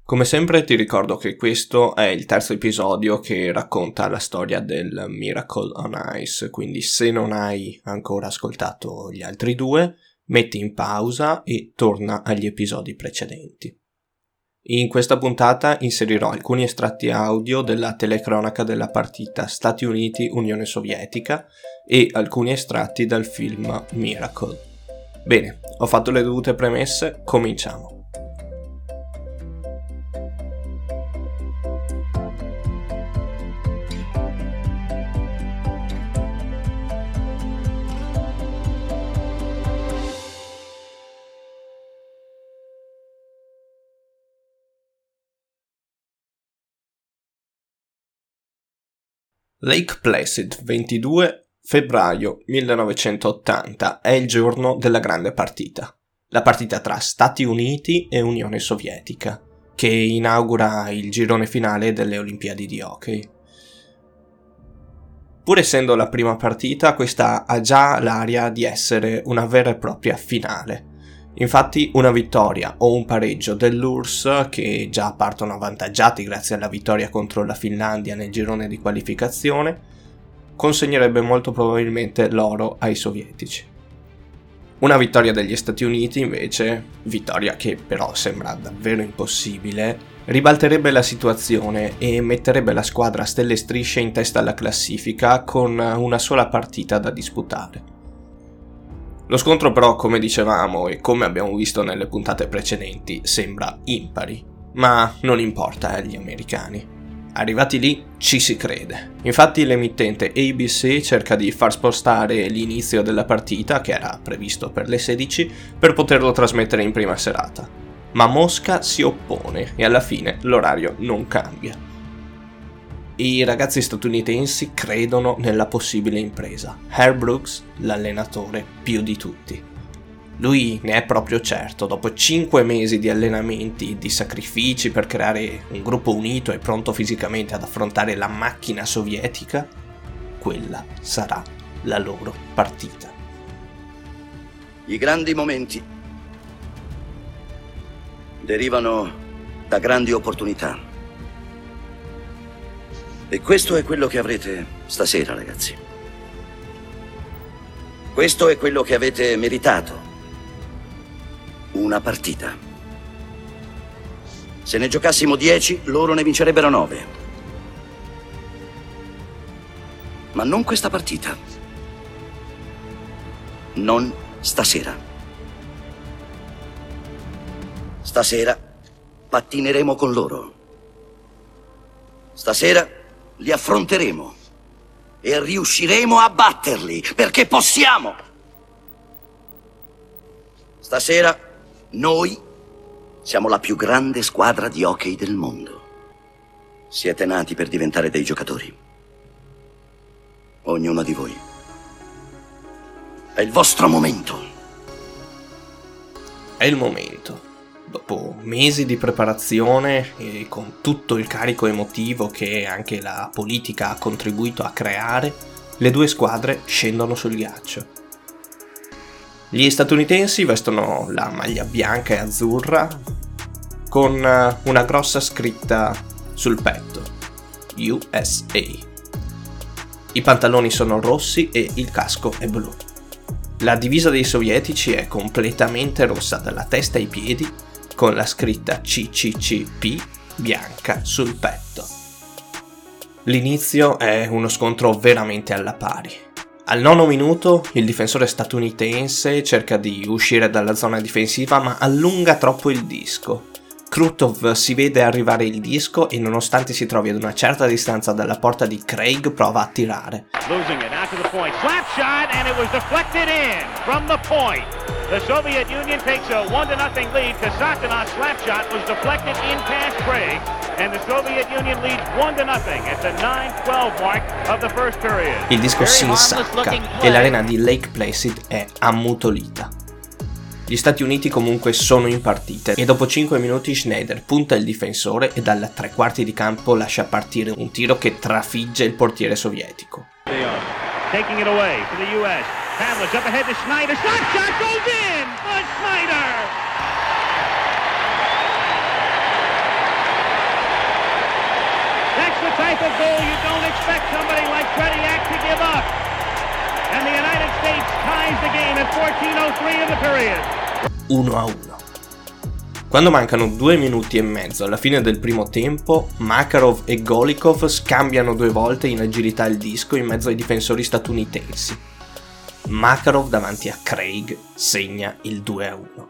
Come sempre ti ricordo che questo è il terzo episodio che racconta la storia del Miracle on Ice, quindi se non hai ancora ascoltato gli altri due, metti in pausa e torna agli episodi precedenti. In questa puntata inserirò alcuni estratti audio della telecronaca della partita Stati Uniti-Unione Sovietica e alcuni estratti dal film Miracle. Bene, ho fatto le dovute premesse, cominciamo. Lake Placid, 22 febbraio 1980, è il giorno della grande partita. La partita tra Stati Uniti e Unione Sovietica, che inaugura il girone finale delle Olimpiadi di hockey. Pur essendo la prima partita, questa ha già l'aria di essere una vera e propria finale. Infatti una vittoria o un pareggio dell'URSS, che già partono avvantaggiati grazie alla vittoria contro la Finlandia nel girone di qualificazione, consegnerebbe molto probabilmente l'oro ai sovietici. Una vittoria degli Stati Uniti invece, vittoria che però sembra davvero impossibile, ribalterebbe la situazione e metterebbe la squadra a stelle e strisce in testa alla classifica con una sola partita da disputare. Lo scontro però, come dicevamo e come abbiamo visto nelle puntate precedenti, sembra impari, ma non importa agli americani. Arrivati lì ci si crede. Infatti l'emittente ABC cerca di far spostare l'inizio della partita, che era previsto per le 16, per poterlo trasmettere in prima serata. Ma Mosca si oppone e alla fine l'orario non cambia. I ragazzi statunitensi credono nella possibile impresa. Herb Brooks, l'allenatore più di tutti. Lui ne è proprio certo, dopo 5 mesi di allenamenti, di sacrifici per creare un gruppo unito e pronto fisicamente ad affrontare la macchina sovietica, quella sarà la loro partita. I grandi momenti derivano da grandi opportunità. E questo è quello che avrete stasera, ragazzi. Questo è quello che avete meritato. Una partita. Se ne giocassimo 10, loro ne vincerebbero 9. Ma non questa partita. Non stasera. Stasera pattineremo con loro. Stasera li affronteremo e riusciremo a batterli, perché possiamo. Stasera noi siamo la più grande squadra di hockey del mondo. Siete nati per diventare dei giocatori. Ognuno di voi. È il vostro momento. È il momento. Dopo mesi di preparazione e con tutto il carico emotivo che anche la politica ha contribuito a creare, le due squadre scendono sul ghiaccio. Gli statunitensi vestono la maglia bianca e azzurra con una grossa scritta sul petto, USA. I pantaloni sono rossi e il casco è blu. La divisa dei sovietici è completamente rossa dalla testa ai piedi, con la scritta CCCP bianca sul petto. L'inizio è uno scontro veramente alla pari. Al 9° minuto il difensore statunitense cerca di uscire dalla zona difensiva ma allunga troppo il disco. Krutov si vede arrivare il disco e nonostante si trovi ad una certa distanza dalla porta di Craig prova a tirare. Losing it out to the point. Slap shot and it was deflected in from the point. The Soviet Union takes a 1-0 lead. Kasatonov slap shot was deflected in past Craig and the Soviet Union leads 1-0 at the 9-12 mark of the first period. Il disco si insacca e l'arena di Lake Placid è ammutolita. Gli Stati Uniti comunque sono in partita e dopo 5 minuti Schneider punta il difensore e dalla 3/4 di campo lascia partire un tiro che trafigge il portiere sovietico. Taking it away for the US. Pavlich up ahead to Schneider. Shot goes in for Schneider. type of goal you don't expect somebody like Tretiak to give up. And the United States ties the game at 14:03 in the period. 1-1. Quando mancano 2 minuti e mezzo alla fine del primo tempo, Makarov e Golikov scambiano 2 volte in agilità il disco in mezzo ai difensori statunitensi. Makarov davanti a Craig segna il 2-1.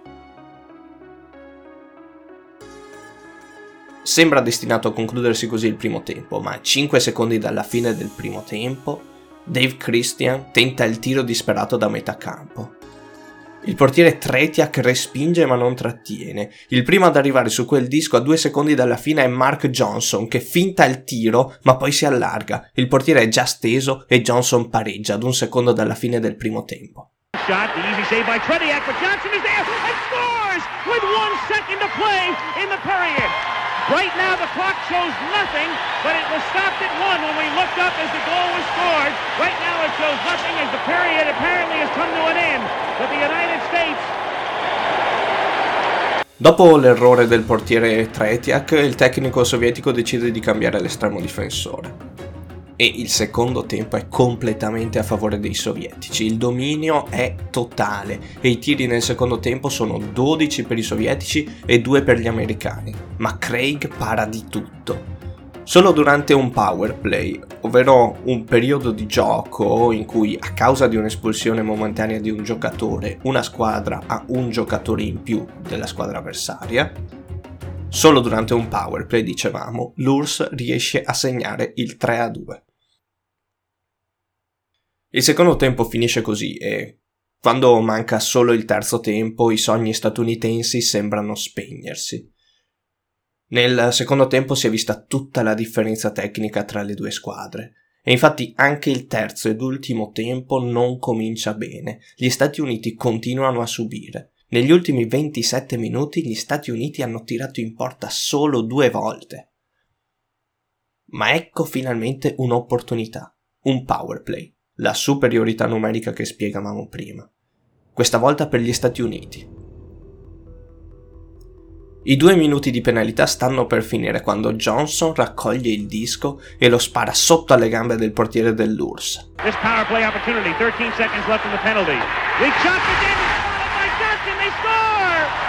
Sembra destinato a concludersi così il primo tempo, ma a 5 secondi dalla fine del primo tempo, Dave Christian tenta il tiro disperato da metà campo. Il portiere Tretiak respinge ma non trattiene. Il primo ad arrivare su quel disco a 2 secondi dalla fine è Mark Johnson, che finta il tiro ma poi si allarga. Il portiere è già steso e Johnson pareggia ad 1 secondo dalla fine del primo tempo. Shot, the easy save by Tretiak, but Johnson is there and scores with 1 second to play in the period. Right now the clock shows nothing, but it was stopped at 1 when we looked up as the goal was scored. Right now it shows nothing as the period apparently has come to an end. But the United States... Dopo l'errore del portiere Tretiak, il tecnico sovietico decide di cambiare l'estremo difensore. E il secondo tempo è completamente a favore dei sovietici. Il dominio è totale e i tiri nel secondo tempo sono 12 per i sovietici e 2 per gli americani, ma Craig para di tutto. Solo durante un power play, ovvero un periodo di gioco in cui a causa di un'espulsione momentanea di un giocatore una squadra ha un giocatore in più della squadra avversaria, solo durante un power play, dicevamo, l'URSS riesce a segnare il 3-2. Il secondo tempo finisce così e, quando manca solo il terzo tempo, i sogni statunitensi sembrano spegnersi. Nel secondo tempo si è vista tutta la differenza tecnica tra le due squadre. E infatti anche il terzo ed ultimo tempo non comincia bene. Gli Stati Uniti continuano a subire. Negli ultimi 27 minuti gli Stati Uniti hanno tirato in porta solo 2 volte. Ma ecco finalmente un'opportunità, un power play, la superiorità numerica che spiegavamo prima. Questa volta per gli Stati Uniti. I 2 minuti di penalità stanno per finire quando Johnson raccoglie il disco e lo spara sotto alle gambe del portiere dell'URSS. This power play opportunity, 13 seconds left in the penalty. We shot again, followed by Johnson, they score!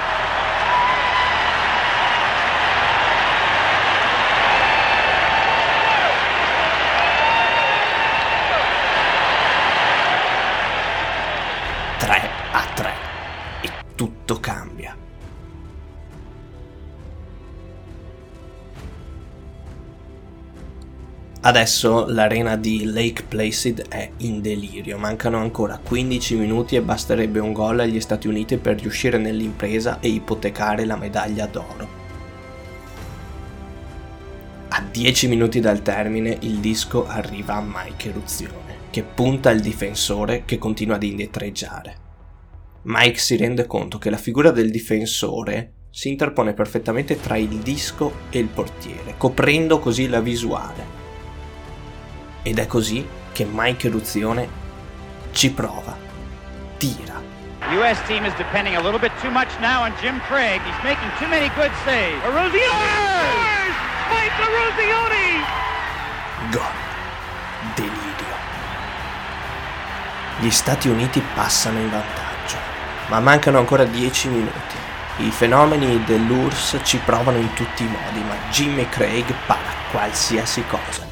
E tutto cambia. Adesso l'arena di Lake Placid è in delirio, mancano ancora 15 minuti e basterebbe un gol agli Stati Uniti per riuscire nell'impresa e ipotecare la medaglia d'oro. A 10 minuti dal termine il disco arriva a Mike Eruzione, che punta il difensore che continua ad indietreggiare. Mike si rende conto che la figura del difensore si interpone perfettamente tra il disco e il portiere, coprendo così la visuale. Ed è così che Mike Eruzione ci prova, tira. The US team is depending a little bit too much now on Jim Craig. He's making too many good saves. Eruzione! Mike Eruzione! Gol. Delirio. Gli Stati Uniti passano in vantaggio, ma mancano ancora 10 minuti. I fenomeni dell'URSS ci provano in tutti i modi, ma Jimmy Craig para qualsiasi cosa.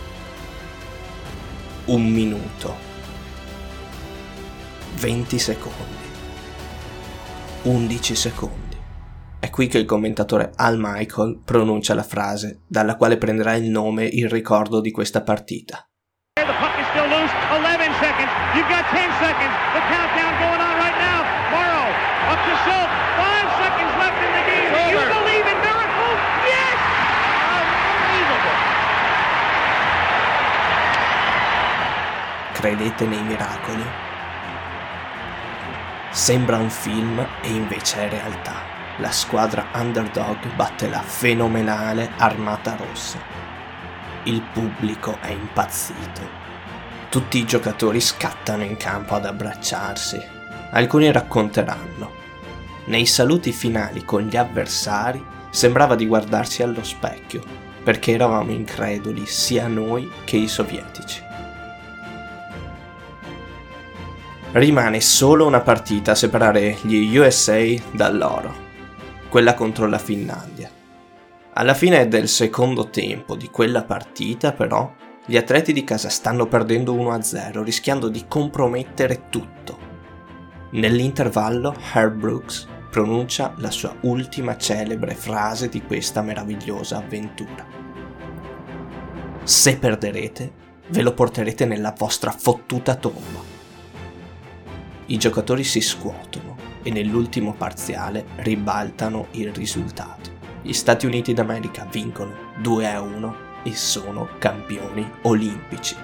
1 minuto, 20 secondi, 11 secondi. È qui che il commentatore Al Michael pronuncia la frase dalla quale prenderà il nome il ricordo di questa partita. The puck is still loose, 11 seconds, you've got 10 seconds, the countdown going on right now. Morrow, up to Schultz, 5 seconds left in the game. Do you believe in miracles? Yes! Unbelievable! Credete nei miracoli? Sembra un film e invece è realtà. La squadra underdog batte la fenomenale Armata Rossa. Il pubblico è impazzito. Tutti i giocatori scattano in campo ad abbracciarsi. Alcuni racconteranno. Nei saluti finali con gli avversari sembrava di guardarsi allo specchio. perché eravamo increduli sia noi che i sovietici. Rimane solo una partita a separare gli USA dall'oro, quella contro la Finlandia. Alla fine del secondo tempo di quella partita, però, gli atleti di casa stanno perdendo 1-0, rischiando di compromettere tutto. Nell'intervallo, Herb Brooks pronuncia la sua ultima celebre frase di questa meravigliosa avventura. Se perderete, ve lo porterete nella vostra fottuta tomba. I giocatori si scuotono e nell'ultimo parziale ribaltano il risultato. Gli Stati Uniti d'America vincono 2-1 e sono campioni olimpici.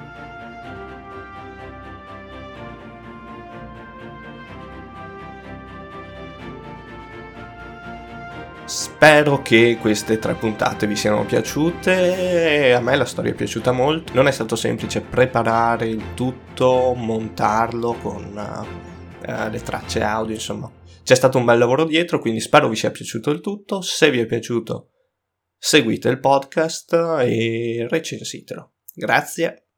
Spero che queste 3 puntate vi siano piaciute. A me la storia è piaciuta molto. Non è stato semplice preparare il tutto, montarlo con le tracce audio, insomma. C'è stato un bel lavoro dietro, quindi spero vi sia piaciuto il tutto. Se vi è piaciuto, seguite il podcast e recensitelo. Grazie.